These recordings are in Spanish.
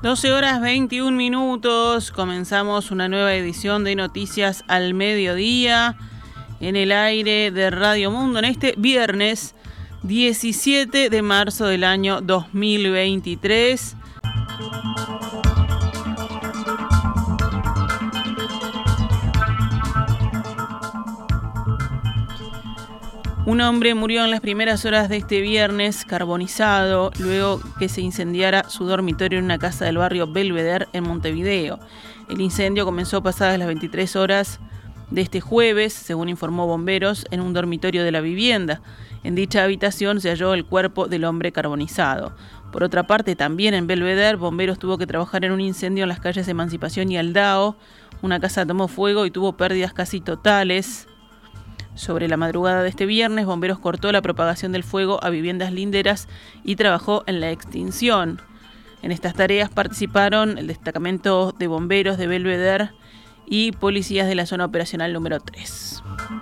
12:21. Comenzamos una nueva edición de Noticias al Mediodía en el aire de Radio Mundo en este viernes 17 de marzo del año 2023. Un hombre murió en las primeras horas de este viernes carbonizado luego que se incendiara su dormitorio en una casa del barrio Belvedere en Montevideo. El incendio comenzó pasadas las 23 horas de este jueves, según informó bomberos, en un dormitorio de la vivienda. En dicha habitación se halló el cuerpo del hombre carbonizado. Por otra parte, también en Belvedere, bomberos tuvo que trabajar en un incendio en las calles Emancipación y Aldao. Una casa tomó fuego y tuvo pérdidas casi totales. Sobre la madrugada de este viernes, bomberos cortó la propagación del fuego a viviendas linderas y trabajó en la extinción. En estas tareas participaron el destacamento de bomberos de Belvedere y policías de la zona operacional número 3.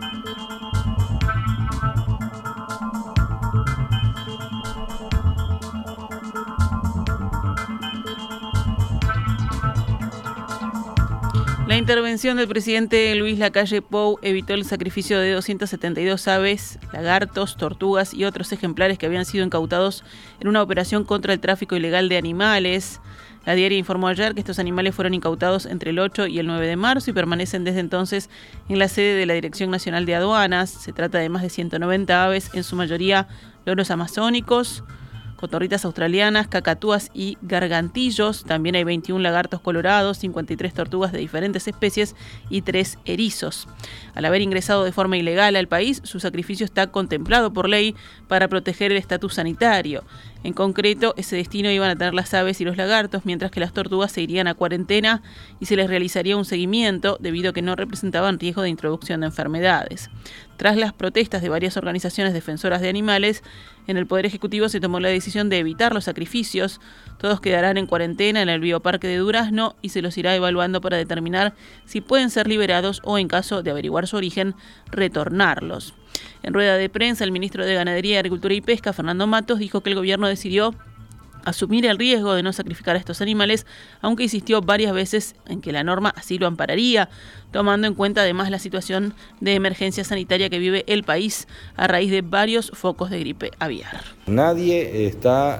La intervención del presidente Luis Lacalle Pou evitó el sacrificio de 272 aves, lagartos, tortugas y otros ejemplares que habían sido incautados en una operación contra el tráfico ilegal de animales. La diaria informó ayer que estos animales fueron incautados entre el 8 y el 9 de marzo y permanecen desde entonces en la sede de la Dirección Nacional de Aduanas. Se trata de más de 190 aves, en su mayoría loros amazónicos, cotorritas australianas, cacatúas y gargantillos. También hay 21 lagartos colorados, 53 tortugas de diferentes especies y 3 erizos. Al haber ingresado de forma ilegal al país, su sacrificio está contemplado por ley para proteger el estatus sanitario. En concreto, ese destino iban a tener las aves y los lagartos, mientras que las tortugas se irían a cuarentena y se les realizaría un seguimiento debido a que no representaban riesgo de introducción de enfermedades. Tras las protestas de varias organizaciones defensoras de animales, en el Poder Ejecutivo se tomó la decisión de evitar los sacrificios. Todos quedarán en cuarentena en el Bioparque de Durazno y se los irá evaluando para determinar si pueden ser liberados o, en caso de averiguar su origen, retornarlos. En rueda de prensa, el ministro de Ganadería, Agricultura y Pesca, Fernando Matos, dijo que el gobierno decidió asumir el riesgo de no sacrificar a estos animales, aunque insistió varias veces en que la norma así lo ampararía, tomando en cuenta además la situación de emergencia sanitaria que vive el país a raíz de varios focos de gripe aviar. Nadie está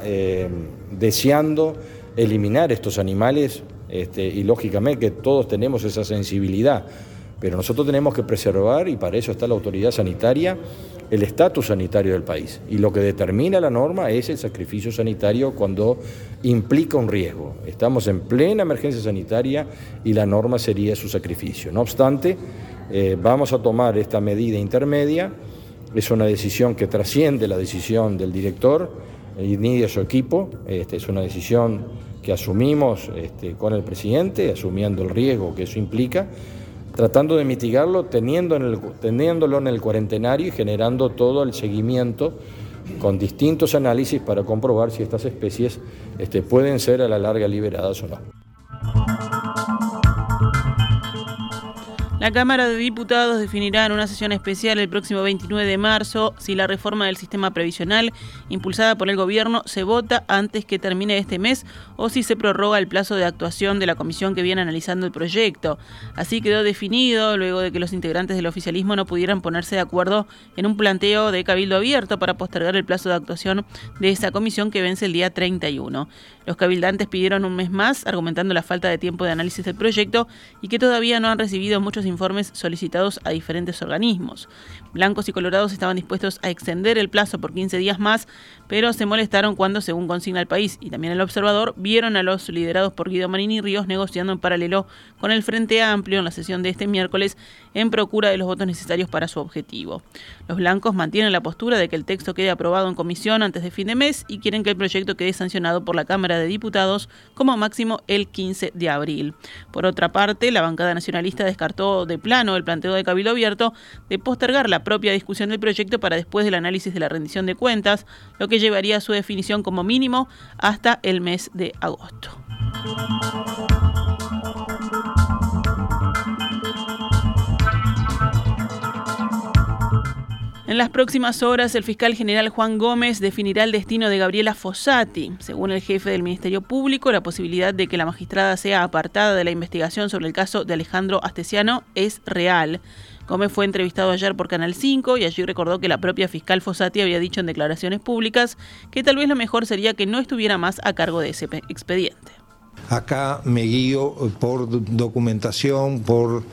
deseando eliminar estos animales y lógicamente que todos tenemos esa sensibilidad, pero nosotros tenemos que preservar, y para eso está la autoridad sanitaria, el estatus sanitario del país. Y lo que determina la norma es el sacrificio sanitario cuando implica un riesgo. Estamos en plena emergencia sanitaria y la norma sería su sacrificio. No obstante, vamos a tomar esta medida intermedia. Es una decisión que trasciende la decisión del director ni de su equipo. Es una decisión que asumimos con el presidente, asumiendo el riesgo que eso implica, tratando de mitigarlo, teniéndolo en el cuarentenario y generando todo el seguimiento con distintos análisis para comprobar si estas especies pueden ser a la larga liberadas o no. La Cámara de Diputados definirá en una sesión especial el próximo 29 de marzo si la reforma del sistema previsional impulsada por el gobierno se vota antes que termine este mes o si se prorroga el plazo de actuación de la comisión que viene analizando el proyecto. Así quedó definido luego de que los integrantes del oficialismo no pudieran ponerse de acuerdo en un planteo de cabildo abierto para postergar el plazo de actuación de esa comisión que vence el día 31. Los cabildantes pidieron un mes más, argumentando la falta de tiempo de análisis del proyecto y que todavía no han recibido muchos informes solicitados a diferentes organismos. Blancos y colorados estaban dispuestos a extender el plazo por 15 días más, pero se molestaron cuando, según consigna el país y también el Observador, vieron a los liderados por Guido Manini Ríos negociando en paralelo con el Frente Amplio en la sesión de este miércoles en procura de los votos necesarios para su objetivo. Los blancos mantienen la postura de que el texto quede aprobado en comisión antes de fin de mes y quieren que el proyecto quede sancionado por la Cámara de Diputados como máximo el 15 de abril. Por otra parte, la bancada nacionalista descartó de plano el planteo de cabildo abierto de postergar la propia discusión del proyecto para después del análisis de la rendición de cuentas, lo que llevaría a su definición como mínimo hasta el mes de agosto. En las próximas horas, el fiscal general Juan Gómez definirá el destino de Gabriela Fossati. Según el jefe del Ministerio Público, la posibilidad de que la magistrada sea apartada de la investigación sobre el caso de Alejandro Astesiano es real. Gómez fue entrevistado ayer por Canal 5 y allí recordó que la propia fiscal Fossati había dicho en declaraciones públicas que tal vez lo mejor sería que no estuviera más a cargo de ese expediente. Acá me guío por documentación, por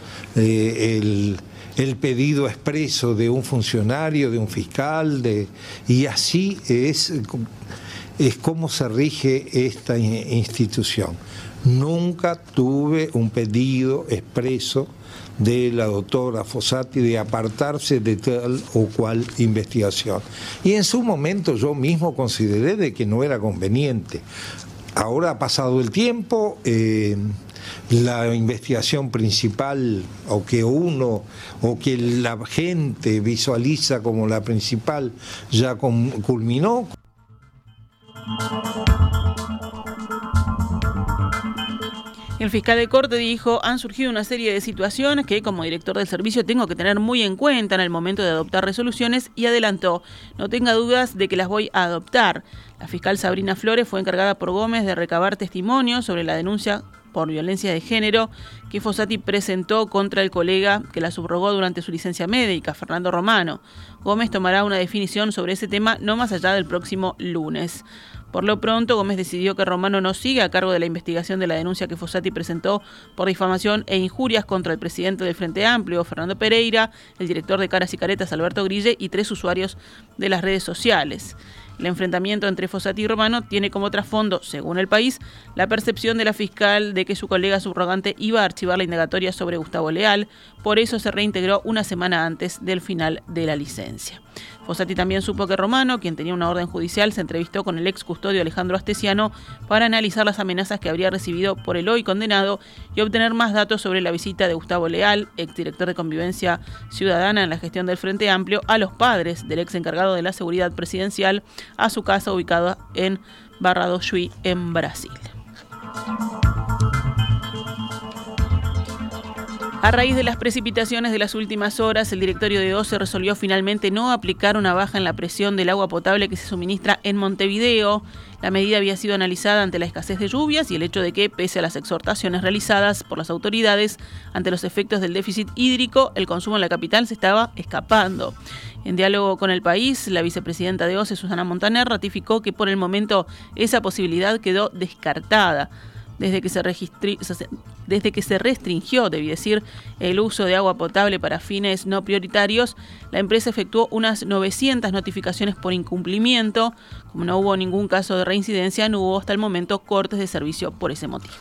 el pedido expreso de un funcionario, de un fiscal, y así es como se rige esta institución. Nunca tuve un pedido expreso de la doctora Fossati de apartarse de tal o cual investigación. Y en su momento yo mismo consideré de que no era conveniente. Ahora ha pasado el tiempo, la investigación principal o que la gente visualiza como la principal ya culminó. El fiscal de corte dijo: han surgido una serie de situaciones que como director del servicio tengo que tener muy en cuenta en el momento de adoptar resoluciones, y adelantó: no tenga dudas de que las voy a adoptar. La fiscal Sabrina Flores fue encargada por Gómez de recabar testimonios sobre la denuncia por violencia de género que Fossati presentó contra el colega que la subrogó durante su licencia médica, Fernando Romano. Gómez tomará una definición sobre ese tema no más allá del próximo lunes. Por lo pronto, Gómez decidió que Romano no siga a cargo de la investigación de la denuncia que Fossati presentó por difamación e injurias contra el presidente del Frente Amplio, Fernando Pereira, el director de Caras y Caretas, Alberto Grille, y 3 usuarios de las redes sociales. El enfrentamiento entre Fossati y Romano tiene como trasfondo, según El País, la percepción de la fiscal de que su colega subrogante iba a archivar la indagatoria sobre Gustavo Leal. Por eso se reintegró una semana antes del final de la licencia. Fossati también supo que Romano, quien tenía una orden judicial, se entrevistó con el ex custodio Alejandro Astesiano para analizar las amenazas que habría recibido por el hoy condenado y obtener más datos sobre la visita de Gustavo Leal, exdirector de Convivencia Ciudadana en la gestión del Frente Amplio, a los padres del ex encargado de la seguridad presidencial a su casa ubicada en Barra do Chuí, en Brasil. A raíz de las precipitaciones de las últimas horas, el directorio de OCE resolvió finalmente no aplicar una baja en la presión del agua potable que se suministra en Montevideo. La medida había sido analizada ante la escasez de lluvias y el hecho de que, pese a las exhortaciones realizadas por las autoridades ante los efectos del déficit hídrico, el consumo en la capital se estaba escapando. En diálogo con El País, la vicepresidenta de OCE, Susana Montaner, ratificó que por el momento esa posibilidad quedó descartada. Desde que se restringió, debí decir, el uso de agua potable para fines no prioritarios, la empresa efectuó unas 900 notificaciones por incumplimiento. Como no hubo ningún caso de reincidencia, no hubo hasta el momento cortes de servicio por ese motivo.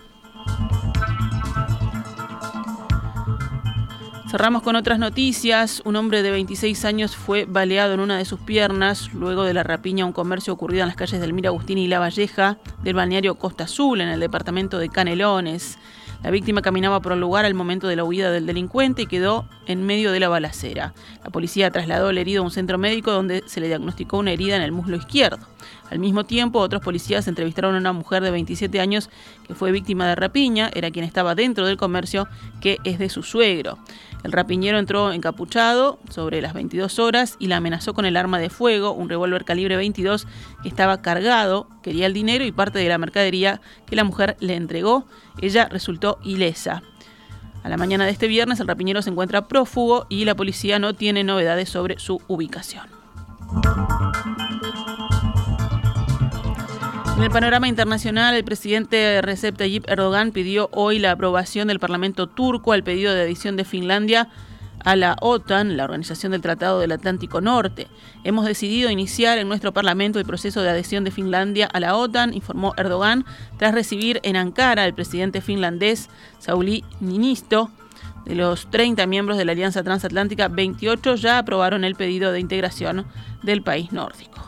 Cerramos con otras noticias. Un hombre de 26 años fue baleado en una de sus piernas luego de la rapiña a un comercio ocurrida en las calles del Elmira Agustín y La Valleja del balneario Costa Azul, en el departamento de Canelones. La víctima caminaba por el lugar al momento de la huida del delincuente y quedó en medio de la balacera. La policía trasladó al herido a un centro médico donde se le diagnosticó una herida en el muslo izquierdo. Al mismo tiempo, otros policías entrevistaron a una mujer de 27 años que fue víctima de rapiña, era quien estaba dentro del comercio, que es de su suegro. El rapiñero entró encapuchado sobre las 22 horas y la amenazó con el arma de fuego, un revólver calibre 22 que estaba cargado, quería el dinero y parte de la mercadería que la mujer le entregó. Ella resultó ilesa. A la mañana de este viernes, el rapiñero se encuentra prófugo y la policía no tiene novedades sobre su ubicación. En el panorama internacional, el presidente Recep Tayyip Erdogan pidió hoy la aprobación del Parlamento turco al pedido de adhesión de Finlandia a la OTAN, la Organización del Tratado del Atlántico Norte. Hemos decidido iniciar en nuestro Parlamento el proceso de adhesión de Finlandia a la OTAN, informó Erdogan, tras recibir en Ankara al presidente finlandés Sauli Niinisto. De los 30 miembros de la Alianza Transatlántica, 28 ya aprobaron el pedido de integración del país nórdico.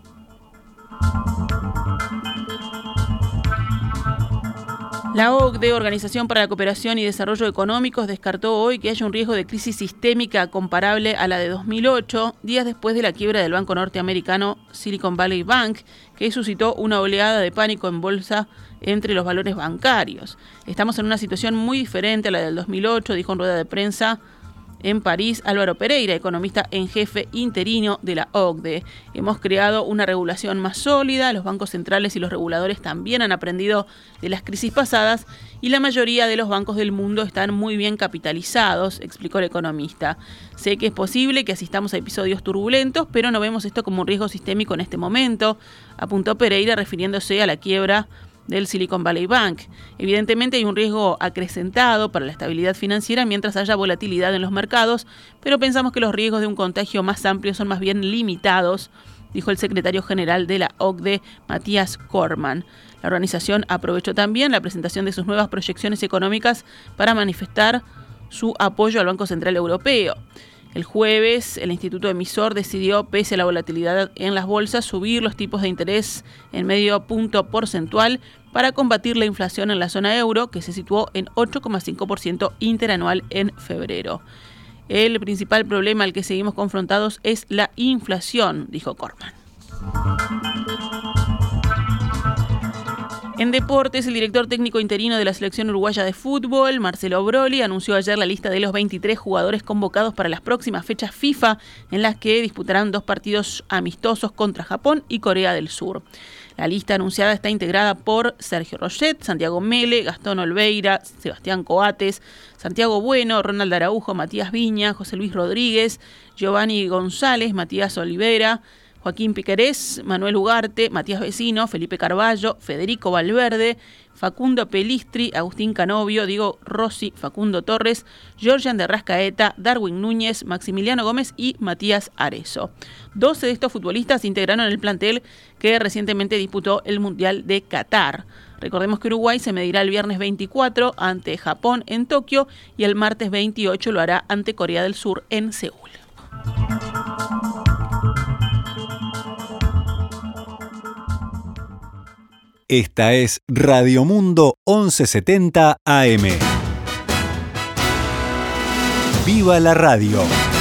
La OCDE, Organización para la Cooperación y Desarrollo Económicos, descartó hoy que haya un riesgo de crisis sistémica comparable a la de 2008, días después de la quiebra del banco norteamericano Silicon Valley Bank, que suscitó una oleada de pánico en bolsa entre los valores bancarios. Estamos en una situación muy diferente a la del 2008, dijo en rueda de prensa en París, Álvaro Pereira, economista en jefe interino de la OCDE. Hemos creado una regulación más sólida, los bancos centrales y los reguladores también han aprendido de las crisis pasadas y la mayoría de los bancos del mundo están muy bien capitalizados, explicó el economista. Sé que es posible que asistamos a episodios turbulentos, pero no vemos esto como un riesgo sistémico en este momento, apuntó Pereira refiriéndose a la quiebra del Silicon Valley Bank. Evidentemente hay un riesgo acrecentado para la estabilidad financiera mientras haya volatilidad en los mercados, pero pensamos que los riesgos de un contagio más amplio son más bien limitados, dijo el secretario general de la OCDE, Matías Cormann. La organización aprovechó también la presentación de sus nuevas proyecciones económicas para manifestar su apoyo al Banco Central Europeo. El jueves, el instituto emisor decidió, pese a la volatilidad en las bolsas, subir los tipos de interés en medio punto porcentual para combatir la inflación en la zona euro, que se situó en 8,5% interanual en febrero. El principal problema al que seguimos confrontados es la inflación, dijo Cormann. En deportes, el director técnico interino de la selección uruguaya de fútbol, Marcelo Broli, anunció ayer la lista de los 23 jugadores convocados para las próximas fechas FIFA, en las que disputarán 2 partidos amistosos contra Japón y Corea del Sur. La lista anunciada está integrada por Sergio Roget, Santiago Mele, Gastón Olveira, Sebastián Coates, Santiago Bueno, Ronald Araujo, Matías Viña, José Luis Rodríguez, Giovanni González, Matías Olivera, Joaquín Piquerés, Manuel Ugarte, Matías Vecino, Felipe Carballo, Federico Valverde, Facundo Pelistri, Agustín Canovio, Diego Rossi, Facundo Torres, Georgian de Rascaeta, Darwin Núñez, Maximiliano Gómez y Matías Arezzo. 12 de estos futbolistas integraron el plantel que recientemente disputó el Mundial de Qatar. Recordemos que Uruguay se medirá el viernes 24 ante Japón en Tokio y el martes 28 lo hará ante Corea del Sur en Seúl. Esta es Radio Mundo 1170 AM. ¡Viva la radio!